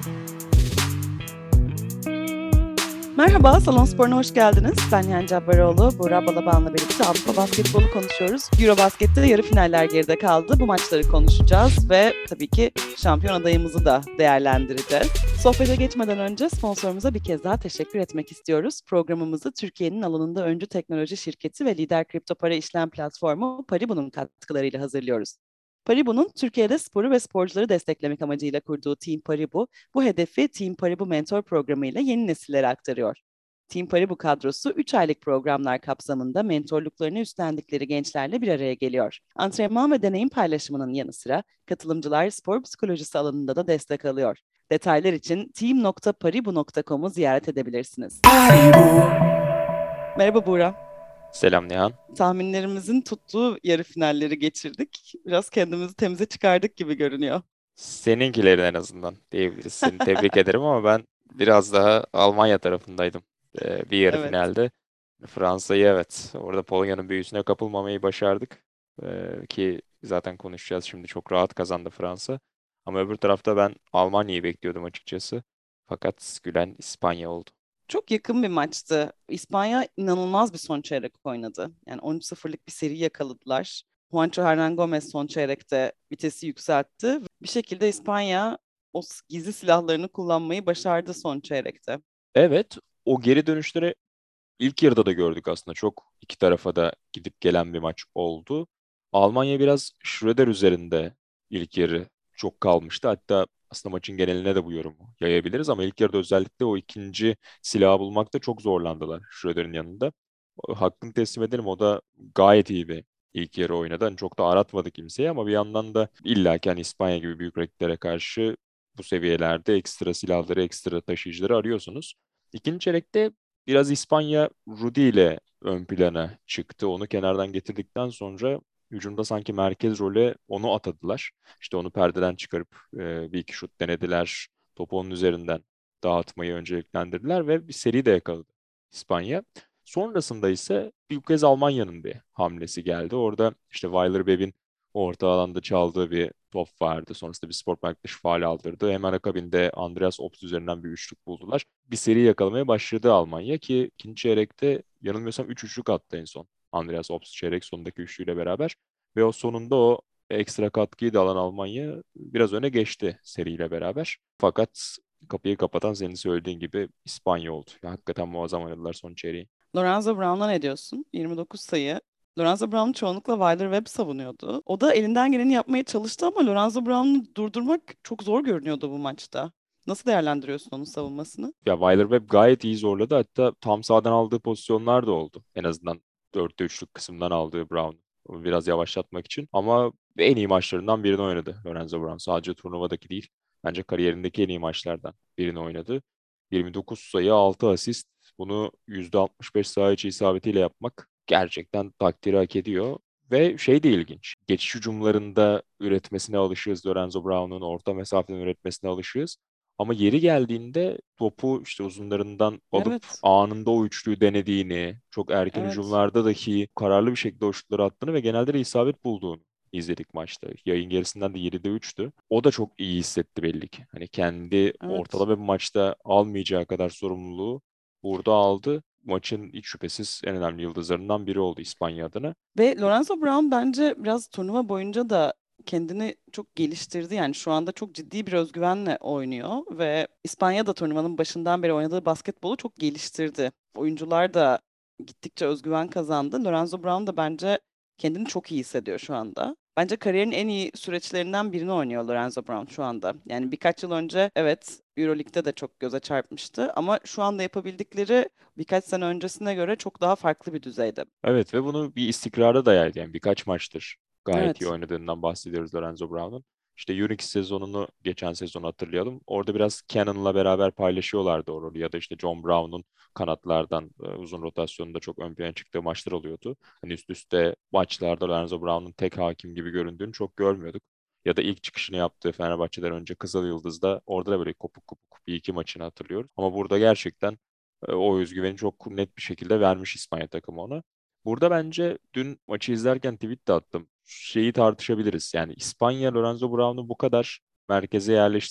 Merhaba, Salon Spor'una hoş geldiniz. Ben Nihan Cabbaroğlu, Buğra Balaban'la birlikte Avrupa basketbolu konuşuyoruz. Eurobasket'te yarı finaller geride kaldı. Bu maçları konuşacağız ve tabii ki şampiyon adayımızı da değerlendireceğiz. Sohbete geçmeden önce sponsorumuza bir kez daha teşekkür etmek istiyoruz. Programımızı Türkiye'nin alanında öncü teknoloji şirketi ve lider kripto para işlem platformu Paribu'nun katkılarıyla hazırlıyoruz. Paribu'nun Türkiye'de sporu ve sporcuları desteklemek amacıyla kurduğu Team Paribu, bu hedefi Team Paribu Mentor Programı ile yeni nesillere aktarıyor. Team Paribu kadrosu 3 aylık programlar kapsamında mentorluklarını üstlendikleri gençlerle bir araya geliyor. Antrenman ve deneyim paylaşımının yanı sıra katılımcılar spor psikolojisi alanında da destek alıyor. Detaylar için team.paribu.com'u ziyaret edebilirsiniz. Merhaba Buğra. Selam Nihan. Tahminlerimizin tuttuğu yarı finalleri geçirdik. Biraz kendimizi temize çıkardık gibi görünüyor. Seninkilerin en azından diyebiliriz. Seni tebrik ederim ama ben biraz daha Almanya tarafındaydım bir yarı Evet. finalde. Fransa'yı evet orada Polonya'nın büyüsüne kapılmamayı başardık. Ki zaten konuşacağız şimdi çok rahat kazandı Fransa. Ama öbür tarafta ben Almanya'yı bekliyordum açıkçası. Fakat gülen İspanya oldu. Çok yakın bir maçtı. İspanya inanılmaz bir son çeyrek oynadı. Yani 13-0'lık bir seri yakaladılar. Juancho Hernan Gomez son çeyrekte vitesi yükseltti. Bir şekilde İspanya o gizli silahlarını kullanmayı başardı son çeyrekte. Evet, o geri dönüşleri İlk yarıda da gördük aslında. Çok iki tarafa da gidip gelen bir maç oldu. Almanya biraz Schröder üzerinde ilk yarı çok kalmıştı. Hatta aslında maçın geneline de bu yorumu yayabiliriz ama ilk yarıda özellikle o ikinci silahı bulmakta çok zorlandılar Schröder'in yanında. Hakkını teslim edelim, o da gayet iyi bir ilk yarı oynadı. Hani çok da aratmadı kimseyi ama bir yandan da illaki hani İspanya gibi büyük rakiplere karşı bu seviyelerde ekstra silahları, ekstra taşıyıcıları arıyorsunuz. İkinci çeyrekte biraz İspanya Rudy ile ön plana çıktı. Onu kenardan getirdikten sonra hücumda sanki merkez role onu atadılar. İşte onu perdeden çıkarıp bir iki şut denediler. Topu onun üzerinden dağıtmayı önceliklendirdiler ve bir seri de yakaladı İspanya. Sonrasında ise bir kez Almanya'nın bir hamlesi geldi. Orada işte Weiler-Bebb'in orta alanda çaldığı bir top vardı. Sonrasında bir spor park dışı faul aldırdı. Hemen akabinde Andreas Obst üzerinden bir üçlük buldular. Bir seri yakalamaya başladı Almanya ki ikinci çeyrekte yanılmıyorsam 3 üçlük attı en son. Andreas Obst çeyrek sonundaki üçlüyle beraber. Ve o sonunda o ekstra katkıyı da alan Almanya biraz öne geçti seriyle beraber. Fakat kapıyı kapatan senin söylediğin gibi İspanya oldu. Ya, hakikaten muazzam oynadılar son çeyreği. Lorenzo Brown'a ne diyorsun? 29 sayı. Lorenzo Brown çoğunlukla Weiler-Webb savunuyordu. O da elinden geleni yapmaya çalıştı ama Lorenzo Brown'u durdurmak çok zor görünüyordu bu maçta. Nasıl değerlendiriyorsun onun savunmasını? Ya Weiler-Webb gayet iyi zorladı. Hatta tam sahadan aldığı pozisyonlar da oldu. En azından 4'te 3'lük kısımdan aldığı Brown. Onu biraz yavaşlatmak için. Ama en iyi maçlarından birini oynadı Lorenzo Brown. Sadece turnuvadaki değil. Bence kariyerindeki en iyi maçlardan birini oynadı. 29 sayı, 6 asist. Bunu %65 saha içi isabetiyle yapmak gerçekten takdiri hak ediyor. Ve şey de ilginç. Geçiş hücumlarında üretmesine alışığız. Lorenzo Brown'un orta mesafeden üretmesine alışığız. Ama yeri geldiğinde topu işte uzunlarından alıp Evet, anında o üçlüyü denediğini, çok erken evet, hücumlarda dahi kararlı bir şekilde o şutları attığını ve genelde de isabet bulduğunu izledik maçta. Yayın gerisinden de 7'de 3'tü. O da çok iyi hissetti belli ki. Hani kendi evet. ortalama bir maçta almayacağı kadar sorumluluğu burada aldı. Maçın hiç şüphesiz en önemli yıldızlarından biri oldu İspanya adına. Ve Lorenzo Brown bence biraz turnuva boyunca da kendini çok geliştirdi. Yani şu anda çok ciddi bir özgüvenle oynuyor ve İspanya da turnuvanın başından beri oynadığı basketbolu çok geliştirdi. Oyuncular da gittikçe özgüven kazandı. Lorenzo Brown da bence kendini çok iyi hissediyor şu anda. Bence kariyerin en iyi süreçlerinden birini oynuyor Lorenzo Brown şu anda. Yani birkaç yıl önce evet Euroleague'de de çok göze çarpmıştı ama şu anda yapabildikleri birkaç sene öncesine göre çok daha farklı bir düzeyde. Evet ve bunu bir istikrara dayalı, yani birkaç maçtır gayet iyi Evet. oynadığından bahsediyoruz Lorenzo Brown'un. İşte Unix sezonunu geçen sezon hatırlayalım. Orada biraz Cannon'la beraber paylaşıyorlardı o rolü ya da işte John Brown'un kanatlardan uzun rotasyonunda çok ön plana çıktığı maçlar oluyordu. Hani üst üste maçlarda Lorenzo Brown'un tek hakim gibi göründüğünü çok görmüyorduk. Ya da ilk çıkışını yaptığı Fenerbahçe'den önce Kızıl Yıldız'da orada da böyle kopuk kopuk bir iki maçını hatırlıyoruz. Ama burada gerçekten o özgüveni çok net bir şekilde vermiş İspanya takımı ona. Burada bence dün maçı izlerken tweet de attım. Şeyi tartışabiliriz. Yani İspanya Lorenzo Brown'u bu kadar merkeze yerleştirip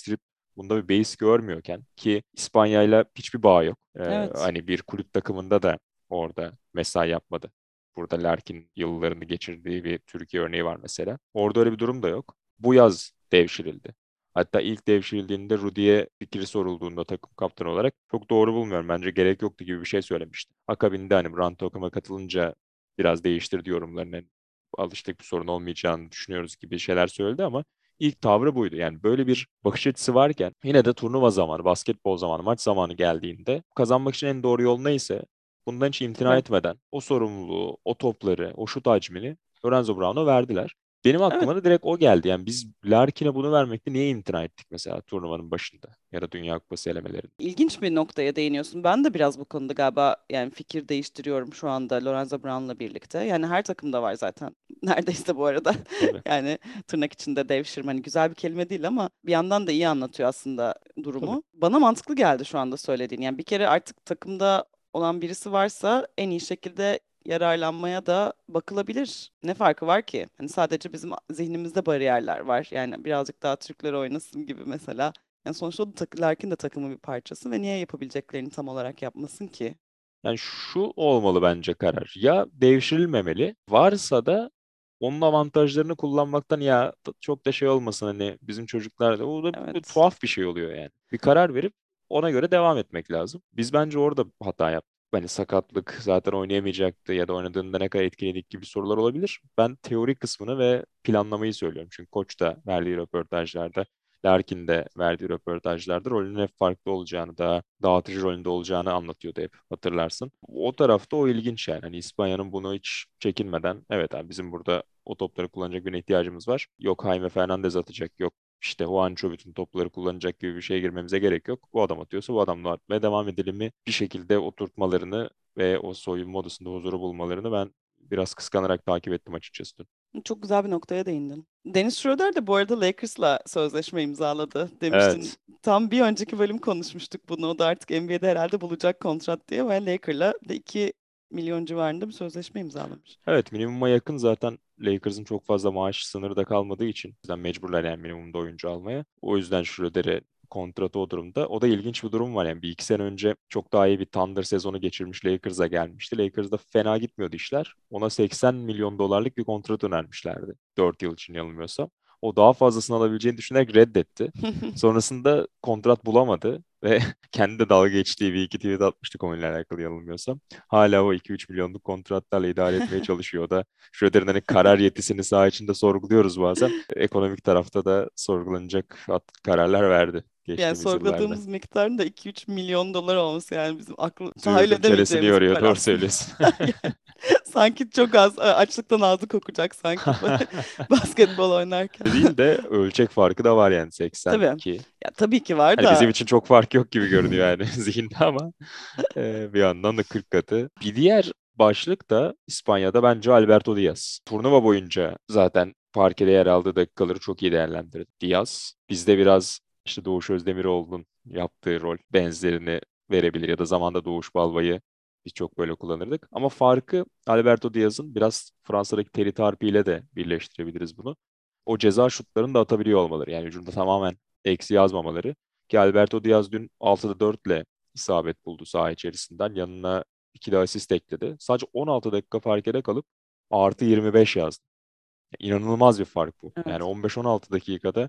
bunda bir base görmüyorken ki İspanya'yla hiçbir bağ yok. Evet. Hani bir kulüp takımında da orada mesai yapmadı. Burada Larkin yıllarını geçirdiği bir Türkiye örneği var mesela. Orada öyle bir durum da yok. Bu yaz devşirildi. Hatta ilk devşirildiğinde Rudy'ye fikri sorulduğunda takım kaptanı olarak çok doğru bulmuyorum. Bence gerek yoktu gibi bir şey söylemişti. Akabinde hani Brandt takıma katılınca biraz değiştirdi yorumlarını. Yani alıştık, bir sorun olmayacağını düşünüyoruz gibi şeyler söyledi ama ilk tavrı buydu. Yani böyle bir bakış açısı varken yine de turnuva zamanı, basketbol zamanı, maç zamanı geldiğinde kazanmak için en doğru yol neyse bundan hiç imtina Tabii. etmeden o sorumluluğu, o topları, o şut hacmini Lorenzo Brown'a verdiler. Benim Evet. aklıma da direkt o geldi. Yani biz Larkin'e bunu vermekte niye imtina ettik mesela turnuvanın başında ya da Dünya Kupası elemelerinde? İlginç bir noktaya değiniyorsun. Ben de biraz bu konuda galiba yani fikir değiştiriyorum şu anda Lorenzo Brown'la birlikte. Yani her takımda var zaten. Neredeyse bu arada. Tabii, Yani tırnak içinde devşirme. Hani güzel bir kelime değil ama bir yandan da iyi anlatıyor aslında tabii. durumu. Bana mantıklı geldi şu anda söylediğin. Yani bir kere artık takımda olan birisi varsa en iyi şekilde yararlanmaya da bakılabilir. Ne farkı var ki? Hani sadece bizim zihnimizde bariyerler var. Yani birazcık daha Türkler oynasın gibi mesela. Yani sonuçta o da Larkin de takımın bir parçası ve niye yapabileceklerini tam olarak yapmasın ki? Yani şu olmalı bence karar. Ya devşirilmemeli. Varsa da onun avantajlarını kullanmaktan ya çok da şey olmasın hani bizim çocuklar da o da bir Evet. tuhaf bir şey oluyor yani. Bir karar verip ona göre devam etmek lazım. Biz bence orada hata yaptık. Hani sakatlık zaten oynayamayacaktı ya da oynadığında ne kadar etkiledik gibi sorular olabilir. Ben teori kısmını ve planlamayı söylüyorum. Çünkü koç da verdiği röportajlarda, Larkin de verdiği röportajlarda rolünün hep farklı olacağını, daha dağıtıcı rolünde olacağını anlatıyordu hep, hatırlarsın. O tarafta o ilginç yani. Hani İspanya'nın bunu hiç çekinmeden evet abi bizim burada o topları kullanacak birine ihtiyacımız var. Yok Jaime Fernandez atacak, yok işte Juancho bütün topları kullanacak gibi bir şeye girmemize gerek yok. Bu adam atıyorsa bu adamla atmaya devam edelim mi? Bir şekilde oturtmalarını ve o soyunma odasında huzuru bulmalarını ben biraz kıskanarak takip ettim açıkçası. Çok güzel bir noktaya değindin. Dennis Schroeder de bu arada Lakers'la sözleşme imzaladı demiştin. Evet. Tam bir önceki bölüm konuşmuştuk bunu. O da artık NBA'de herhalde bulacak kontrat diye ve Laker'la de 2 milyon civarında bir sözleşme imzalamış. Evet, minimuma yakın zaten Lakers'ın çok fazla maaş sınırı da kalmadığı için bizden mecburlar yani minimumda oyuncu almaya. O yüzden Schroeder'e kontratı o durumda. O da ilginç bir durum var yani bir iki sene önce çok daha iyi bir Thunder sezonu geçirmiş Lakers'a gelmişti. Lakers'da fena gitmiyordu işler. Ona 80 milyon dolarlık bir kontrat önermişlerdi. 4 yıl için yanılmıyorsam. O daha fazlasını alabileceğini düşünerek reddetti. Sonrasında kontrat bulamadı ve kendi de dalga geçtiği bir iki tweet atmıştı konuyla alakalı yanılmıyorsam. Hala o 2-3 milyonluk kontratlarla idare etmeye çalışıyor. O da Schröder'in hani karar yetisini saha içinde sorguluyoruz bazen. Ekonomik tarafta da sorgulanacak kararlar verdi Yani geçtiğimiz yıllarda. sorguladığımız miktarın da 2-3 milyon dolar olması yani bizim tahayyül Züğürdün çenesini edemeyeceğimiz bir yoruyor. para Doğru aslında. söylüyorsun. Yani sanki çok az açlıktan ağzı kokacak sanki basketbol oynarken. Değil de ölçek farkı da var yani Tabii. 82. Ya tabii ki var Hani bizim da için çok fark yok gibi görünüyor yani zihinde ama bir yandan da 40 katı. Bir diğer başlık da İspanya'da bence Alberto Diaz. Turnuva boyunca zaten parkede yer aldığı dakikaları çok iyi değerlendirdi. Diaz bizde biraz işte Doğuş Özdemiroğlu'nun yaptığı rol benzerini verebilir ya da zamanda Doğuş Balbay'ı biz çok böyle kullanırdık. Ama farkı Alberto Diaz'ın biraz Fransa'daki Terry Tarpi ile de birleştirebiliriz bunu. O ceza şutlarını da atabiliyor olmaları. Yani hücumda tamamen eksi yazmamaları. Ki Alberto Diaz dün 6'da 4 ile isabet buldu saha içerisinden. Yanına 2 de asist ekledi. Sadece 16 dakika farkede kalıp artı 25 yazdı. İnanılmaz bir fark bu. Yani evet. 15-16 dakikada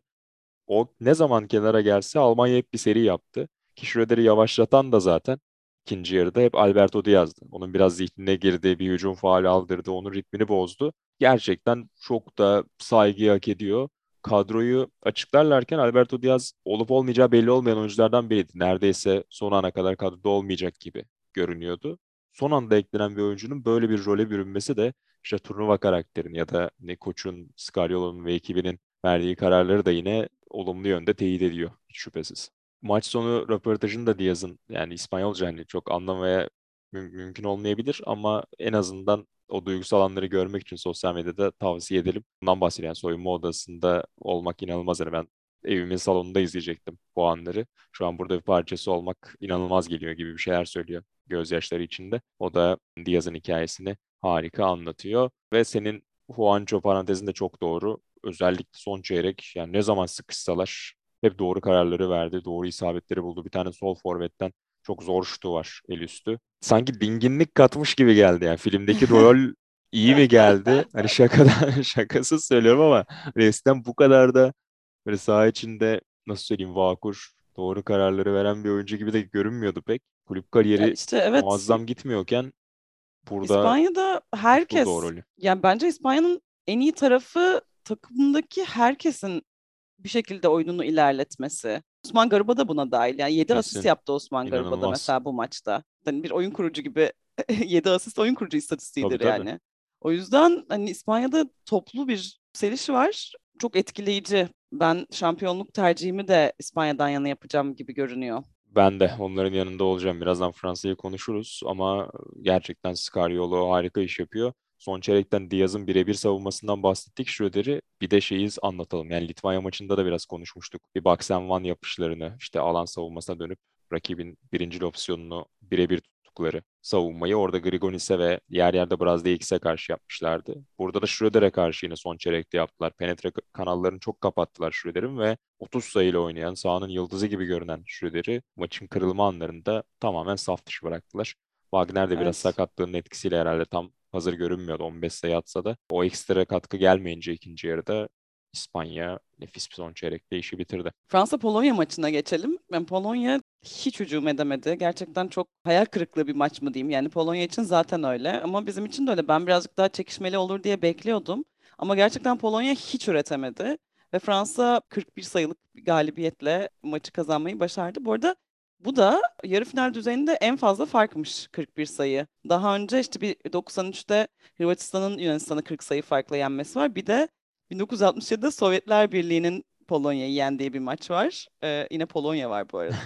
o ne zaman kenara gelse Almanya hep bir seri yaptı. Ki Schröder'i yavaşlatan da zaten ikinci yarıda hep Alberto Diaz'dı. Onun biraz zihnine girdi, bir hücum faali aldırdı, onun ritmini bozdu. Gerçekten çok da saygıyı hak ediyor. Kadroyu açıklarlarken Alberto Diaz olup olmayacağı belli olmayan oyunculardan biriydi. Neredeyse son ana kadar kadroda olmayacak gibi görünüyordu. Son anda eklenen bir oyuncunun böyle bir role bürünmesi de işte turnuva karakterini ya da ne koçun, Scariolo'nun ve ekibinin verdiği kararları da yine olumlu yönde teyit ediyor hiç şüphesiz. Maç sonu röportajını da Diaz'ın yani İspanyolca hani çok anlamaya mümkün olmayabilir ama en azından o duygusal anları görmek için sosyal medyada tavsiye edelim. Bundan bahsediyor. Yani soyunma odasında olmak inanılmaz. Yani ben evimin salonunda izleyecektim bu anları. Şu an burada bir parçası olmak inanılmaz geliyor gibi bir şeyler söylüyor gözyaşları içinde. O da Diaz'ın hikayesini harika anlatıyor. Ve senin Juancho parantezinde çok doğru. Özellikle son çeyrek yani ne zaman sıkışsalar hep doğru kararları verdi. Doğru isabetleri buldu. Bir tane sol forvetten çok zor şutu var el üstü. Sanki dinginlik katmış gibi geldi yani. Filmdeki rol iyi mi geldi? Hani şakadan şakasız söylüyorum ama resmen bu kadar da böyle saha içinde nasıl söyleyeyim vakur, doğru kararları veren bir oyuncu gibi de görünmüyordu pek. Kulüp Ya kariyeri işte evet, muazzam gitmiyorken burada İspanya'da tutturdu o herkes, rolü. yani bence İspanya'nın en iyi tarafı takımdaki herkesin bir şekilde oyununu ilerletmesi. Osman Garuba da buna dahil. Yani 7 asist Kesin. yaptı Osman Garuba da İnanılmaz. mesela bu maçta. Yani bir oyun kurucu gibi 7 asist oyun kurucu Tabii istatistiğidir tabii. yani. O yüzden hani İspanya'da toplu bir yükseliş var. Çok etkileyici. Ben şampiyonluk tercihimi de İspanya'dan yana yapacağım gibi görünüyor. Ben de onların yanında olacağım. Birazdan Fransa'yı konuşuruz ama gerçekten Scariolo harika iş yapıyor. Son çeyrekten Diaz'ın birebir savunmasından bahsettik. Schröder'i bir de şeyi anlatalım. Yani Litvanya maçında da biraz konuşmuştuk. Bir box and one yapışlarını işte alan savunmasına dönüp rakibin birincil opsiyonunu birebir tuttukları savunmayı orada Grigonis'e ve yer yerde Braz DX'e karşı yapmışlardı. Burada da Schröder'e karşı yine son çeyrekte yaptılar. Penetre kanallarını çok kapattılar Schröder'in ve 30 sayıyla oynayan, sahanın yıldızı gibi görünen Schröder'i maçın kırılma anlarında tamamen saf dışı bıraktılar. Wagner de biraz Evet. sakatlığının etkisiyle herhalde tam hazır görünmüyordu 15 sayı atsa da. O ekstra katkı gelmeyince ikinci yarıda İspanya nefis bir son çeyrekte işi bitirdi. Fransa-Polonya maçına geçelim. Ben Polonya hiç hücum edemedi. Gerçekten çok hayal kırıklığı bir maç mı diyeyim. Yani Polonya için zaten öyle ama bizim için de öyle. Ben birazcık daha çekişmeli olur diye bekliyordum. Ama gerçekten Polonya hiç üretemedi. Ve Fransa 41 sayılık bir galibiyetle maçı kazanmayı başardı. Bu arada bu da yarı final düzeyinde en fazla farkmış, 41 sayı. Daha önce işte bir 93'te Hırvatistan'ın Yunanistan'ı 40 sayı farkla yenmesi var. Bir de 1967'de Sovyetler Birliği'nin Polonya'yı yendiği bir maç var. Yine Polonya var bu arada.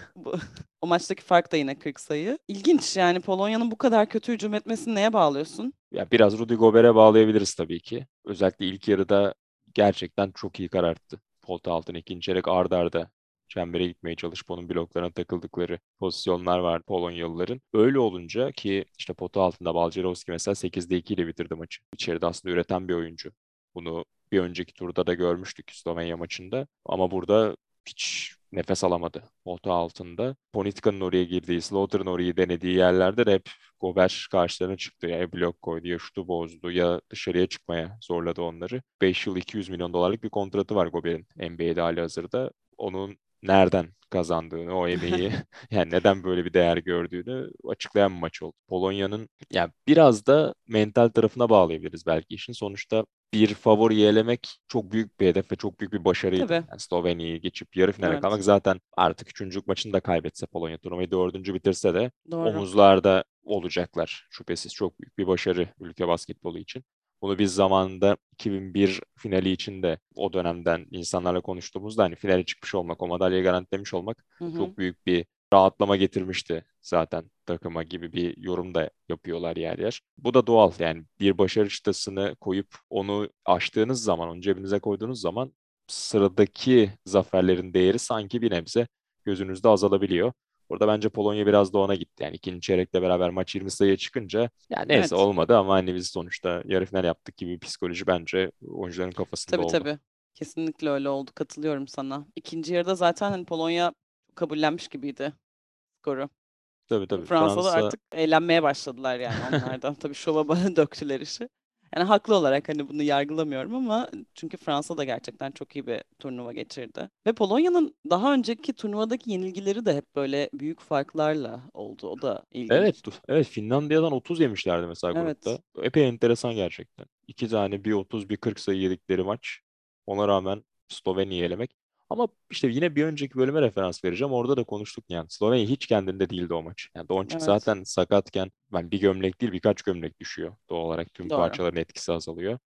O maçtaki fark da yine 40 sayı. İlginç, yani Polonya'nın bu kadar kötü hücum etmesini neye bağlıyorsun? Ya biraz Rudy Gobert'e bağlayabiliriz tabii ki. Özellikle ilk yarıda gerçekten çok iyi kararttı. Pota altına ikinci çeyrek arda arda çembere gitmeye çalışıp onun bloklarına takıldıkları pozisyonlar var Polonyalıların. Öyle olunca ki işte pota altında Balcerowski mesela 8'de 2 ile bitirdi maçı. İçeride aslında üreten bir oyuncu. Bunu bir önceki turda da görmüştük Slovenya maçında. Ama burada hiç nefes alamadı pota altında. Ponitka'nın oraya girdiği, Slaughter'ın orayı denediği yerlerde de hep Gober karşılarına çıktı. Ya blok koydu, ya şutu bozdu, ya dışarıya çıkmaya zorladı onları. 5 yıl 200 milyon dolarlık bir kontratı var Gober'in NBA'de halihazırda. Onun nereden kazandığını, o emeği, yani neden böyle bir değer gördüğünü açıklayan bir maç oldu. Polonya'nın yani biraz da mental tarafına bağlayabiliriz belki işin. Sonuçta bir favoriyi elemek çok büyük bir hedef ve çok büyük bir başarıydı. Tabii, Yani Slovenya'yı geçip yarı finale evet. kalmak zaten artık üçüncü maçını da kaybetse Polonya turnuvayı dördüncü bitirse de Doğru. omuzlarda olacaklar. Şüphesiz çok büyük bir başarı ülke basketbolu için. Bunu biz zamanında 2001 finali için de o dönemden insanlarla konuştuğumuzda hani finale çıkmış olmak, o madalyayı garantilemiş olmak Hı hı. çok büyük bir rahatlama getirmişti zaten takıma gibi bir yorum da yapıyorlar yer yer. Bu da doğal yani bir başarı çıtasını koyup onu aştığınız zaman, onu cebinize koyduğunuz zaman sıradaki zaferlerin değeri sanki bir nebze gözünüzde azalabiliyor. Burada bence Polonya biraz da ona gitti. Yani ikinci çeyrekle beraber maç 20 sayıya çıkınca ya neyse Evet. olmadı ama hani biz sonuçta yarı final yaptık gibi bir psikoloji bence oyuncuların kafasında Tabii oldu. tabii. Kesinlikle öyle oldu. Katılıyorum sana. İkinci yarıda zaten hani Polonya kabullenmiş gibiydi skoru. Tabii tabii Fransa'da Fransa artık eğlenmeye başladılar yani onlardan. Tabii şova döktüler işi. Yani haklı olarak hani bunu yargılamıyorum ama çünkü Fransa da gerçekten çok iyi bir turnuva geçirdi. Ve Polonya'nın daha önceki turnuvadaki yenilgileri de hep böyle büyük farklarla oldu. O da evet ilginç. evet Finlandiya'dan 30 yemişlerdi mesela grupta. Evet, Epey enteresan gerçekten. İki tane bir 30 bir 40 sayı yedikleri maç. Ona rağmen Slovenya'yı elemek. Ama işte yine bir önceki bölüme referans vereceğim. Orada da konuştuk yani. Slovenya hiç kendinde değildi o maç. Yani Doncic evet. zaten sakatken ben bir gömlek değil birkaç gömlek düşüyor. Doğal olarak tüm Doğru. parçaların etkisi azalıyor.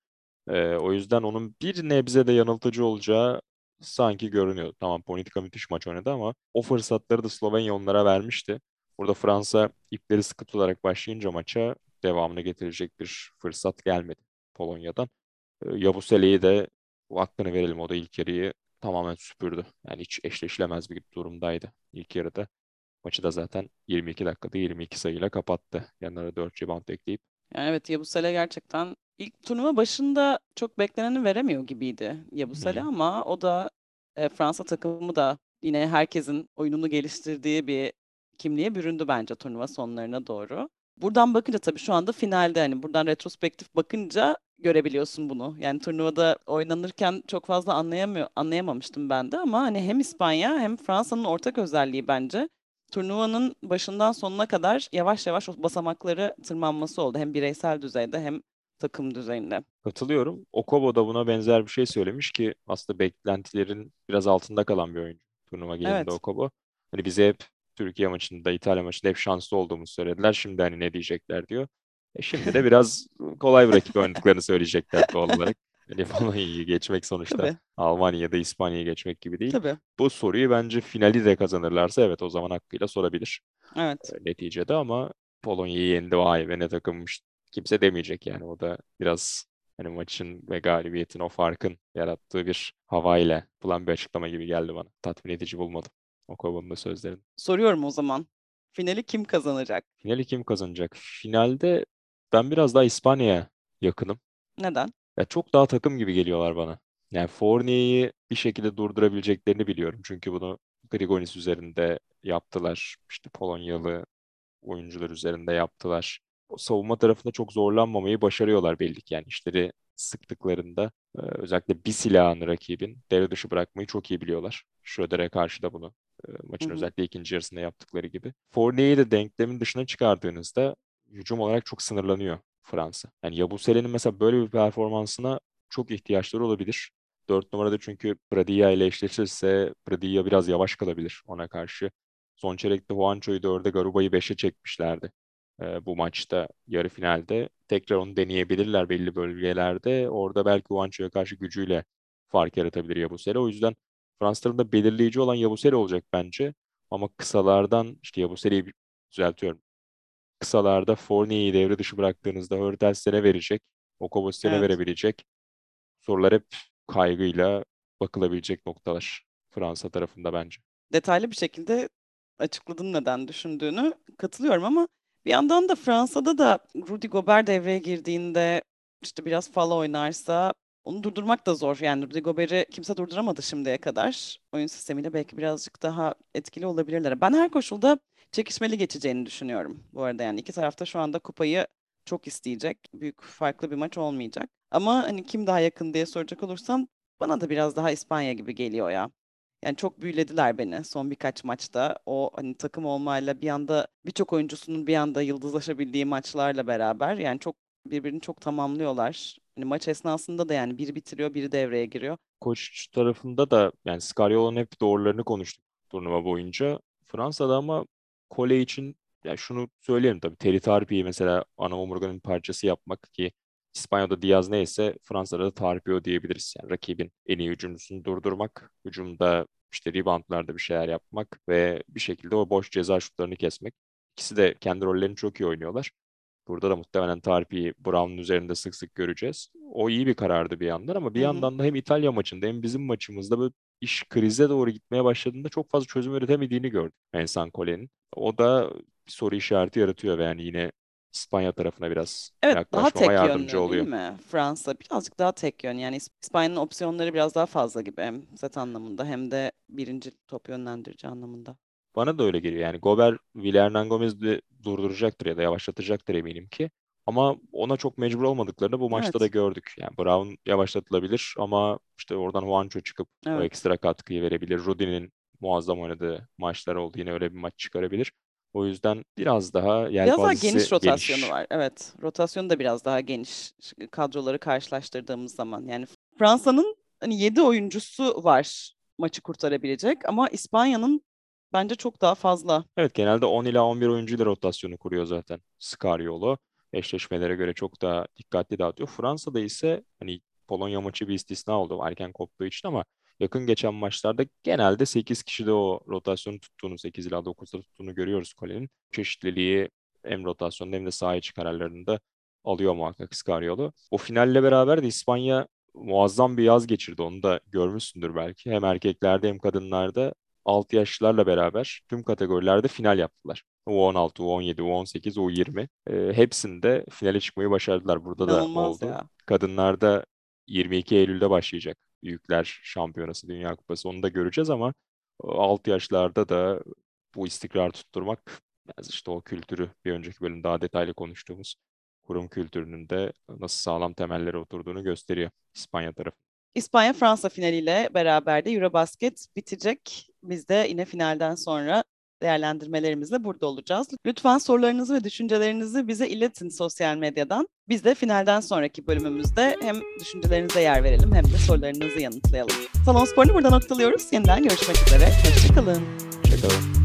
O yüzden onun bir nebze de yanıltıcı olacağı sanki görünüyor. Tamam Ponitka müthiş maç oynadı ama o fırsatları da Slovenya onlara vermişti. Burada Fransa ipleri sıkı tutarak başlayınca maça devamını getirecek bir fırsat gelmedi Polonya'dan. Yabusele'yi de hakkını verelim. O da ilk yarıyı tamamen süpürdü. Yani hiç eşleşilemez bir durumdaydı ilk yarıda. Maçı da zaten 22 dakikada 22 sayıyla kapattı. Yanlara 4 rebound ekleyip. Yani evet, Yabusele gerçekten ilk turnuva başında çok bekleneni veremiyor gibiydi Yabusele Hı. ama o da Fransa takımı da yine herkesin oyununu geliştirdiği bir kimliğe büründü bence turnuva sonlarına doğru. Buradan bakınca tabii şu anda finalde, hani buradan retrospektif bakınca görebiliyorsun bunu. Yani turnuvada oynanırken çok fazla anlayamamıştım ben de, ama hani hem İspanya hem Fransa'nın ortak özelliği bence turnuvanın başından sonuna kadar yavaş yavaş o basamakları tırmanması oldu. Hem bireysel düzeyde hem takım düzeyinde. Katılıyorum. Okobo da buna benzer bir şey söylemiş ki aslında beklentilerin biraz altında kalan bir oyuncu. Turnuva genelinde Evet. Okobo. Hani bize hep Türkiye maçında, İtalya maçında hep şanslı olduğumuzu söylediler. Şimdi hani ne diyecekler diyor. Şimdi de biraz kolay bir rakip oynadıklarını söyleyecekler doğal olarak. Hani Polonya'yı geçmek sonuçta Tabii. Almanya ya da İspanya'yı geçmek gibi değil. Tabii. Bu soruyu bence finali de kazanırlarsa evet o zaman hakkıyla sorabilir Evet. neticede ama Polonya'yı yendi vay be ne takımmış kimse demeyecek yani o da biraz hani maçın ve galibiyetin o farkın yarattığı bir havayla yapılan bir açıklama gibi geldi bana. Tatmin edici bulmadım o Kovbo'nun da sözlerini. Soruyorum o zaman. Finali kim kazanacak? Finali kim kazanacak? Finalde ben biraz daha İspanya'ya yakınım. Neden? Ya çok daha takım gibi geliyorlar bana. Yani Fournier'i bir şekilde durdurabileceklerini biliyorum. Çünkü bunu Grigonis üzerinde yaptılar. İşte Polonyalı oyuncular üzerinde yaptılar. O savunma tarafında çok zorlanmamayı başarıyorlar belli ki. Yani işleri sıktıklarında özellikle bir silahını rakibin devre dışı bırakmayı çok iyi biliyorlar. Schröder'e karşı da bunu Hı maçın hı. özellikle ikinci yarısında yaptıkları gibi. Fournier'i de denklemin dışına çıkardığınızda hücum olarak çok sınırlanıyor Fransa. Yani Yabuse'nin mesela böyle bir performansına çok ihtiyaçları olabilir. 4 numarada çünkü Pradilla ile eşleşirse Pradilla biraz yavaş kalabilir ona karşı. Son çeyrekte Juancho'yu 4'e, Garuba'yı 5'e çekmişlerdi. Bu maçta yarı finalde. Tekrar onu deneyebilirler belli bölgelerde. Orada belki Juancho'ya karşı gücüyle fark yaratabilir Yabusele. O yüzden Fransızların da belirleyici olan Yabusele olacak bence. Ama kısalardan işte Yabusele'yi düzeltiyorum. Kısalarda Fournier'i devre dışı bıraktığınızda Hurtel'e verecek. Okobosyan'a Evet. verebilecek. Sorular hep kaygıyla bakılabilecek noktalar Fransa tarafında bence. Detaylı bir şekilde açıkladın neden düşündüğünü. Katılıyorum, ama bir yandan da Fransa'da da Rudy Gobert devreye girdiğinde işte biraz fala oynarsa onu durdurmak da zor. Yani Rudy Gobert'i kimse durduramadı şimdiye kadar. Oyun sistemiyle belki birazcık daha etkili olabilirler. Ben her koşulda çekişmeli geçeceğini düşünüyorum bu arada. Yani iki tarafta şu anda kupayı çok isteyecek. Büyük farklı bir maç olmayacak. Ama hani kim daha yakın diye soracak olursan bana da biraz daha İspanya gibi geliyor ya. Yani çok büyülediler beni son birkaç maçta. O hani takım olmayla bir anda birçok oyuncusunun bir anda yıldızlaşabildiği maçlarla beraber yani çok birbirini çok tamamlıyorlar. Hani maç esnasında da yani biri bitiriyor, biri devreye giriyor. Koç tarafında da yani Scariolo'nun hep doğrularını konuştuk turnuva boyunca. Fransa'da ama Kole için ya şunu söyleyelim tabii Terry Tarpi'yi mesela ana omurganın bir parçası yapmak ki İspanya'da Diaz neyse Fransa'da da Tarpio diyebiliriz. Yani rakibin en iyi hücumcusunu durdurmak, hücumda işte reboundlarda bir şeyler yapmak ve bir şekilde o boş ceza şutlarını kesmek. İkisi de kendi rollerini çok iyi oynuyorlar. Burada da muhtemelen Tarpi'yi Brown'un üzerinde sık sık göreceğiz. O iyi bir karardı bir yandan ama bir Hı hı. yandan da hem İtalya maçında hem bizim maçımızda böyle iş krize doğru gitmeye başladığında çok fazla çözüm üretemediğini gördük Vincent Collet'in. O da bir soru işareti yaratıyor ve yani yine İspanya tarafına biraz Evet, daha yaklaşmama tek yardımcı yönlü değil oluyor. mi? Fransa birazcık daha tek yön. Yani İspanya'nın opsiyonları biraz daha fazla gibi, hem set anlamında hem de birinci top yönlendirici anlamında. Bana da öyle geliyor. Yani Gober, Villarreal Gomez'i durduracaktır ya da yavaşlatacaktır eminim ki. Ama ona çok mecbur olmadıklarını bu maçta da Evet, gördük. Yani Brown yavaşlatılabilir ama işte oradan Juancho çıkıp o evet. ekstra katkıyı verebilir. Rudy'nin muazzam oynadığı maçlar oldu. Yine öyle bir maç çıkarabilir. O yüzden biraz daha Biraz daha yelpazesi geniş rotasyonu geniş. var. Evet, rotasyonu da biraz daha geniş kadroları karşılaştırdığımız zaman. Yani Fransa'nın hani 7 oyuncusu var maçı kurtarabilecek, ama İspanya'nın bence çok daha fazla. Evet genelde 10 ila 11 oyuncuyla rotasyonu kuruyor zaten Scariolo. Eşleşmelere göre çok daha dikkatli dağıtıyor. Fransa'da ise hani Polonya maçı bir istisna oldu erken koptuğu için ama yakın geçen maçlarda genelde 8 kişide o rotasyonu tuttuğunu 8 ila 9'da tuttuğunu görüyoruz Colin'in. Çeşitliliği hem rotasyonda hem de saha içi kararlarında alıyor muhakkak Scariolo. O finalle beraber de İspanya muazzam bir yaz geçirdi. Onu da görmüşsündür belki. Hem erkeklerde hem kadınlarda 6 yaşlılarla beraber tüm kategorilerde final yaptılar. U16, U17, U18, U20. Hepsinde finale çıkmayı başardılar. Burada da İnanılmaz oldu. ya. Kadınlarda 22 Eylül'de başlayacak Büyükler Şampiyonası, Dünya Kupası onu da göreceğiz ama alt yaşlarda da bu istikrar tutturmak biraz işte o kültürü bir önceki bölümde daha detaylı konuştuğumuz kurum kültürünün de nasıl sağlam temellere oturduğunu gösteriyor İspanya tarafı. İspanya-Fransa finaliyle beraber de Eurobasket bitecek. Biz de yine finalden sonra değerlendirmelerimizle burada olacağız. Lütfen sorularınızı ve düşüncelerinizi bize iletin sosyal medyadan. Biz de finalden sonraki bölümümüzde hem düşüncelerinize yer verelim hem de sorularınızı yanıtlayalım. Salon Spor'unu burada noktalıyoruz. Yeniden görüşmek üzere. Hoşçakalın. Hoşçakalın.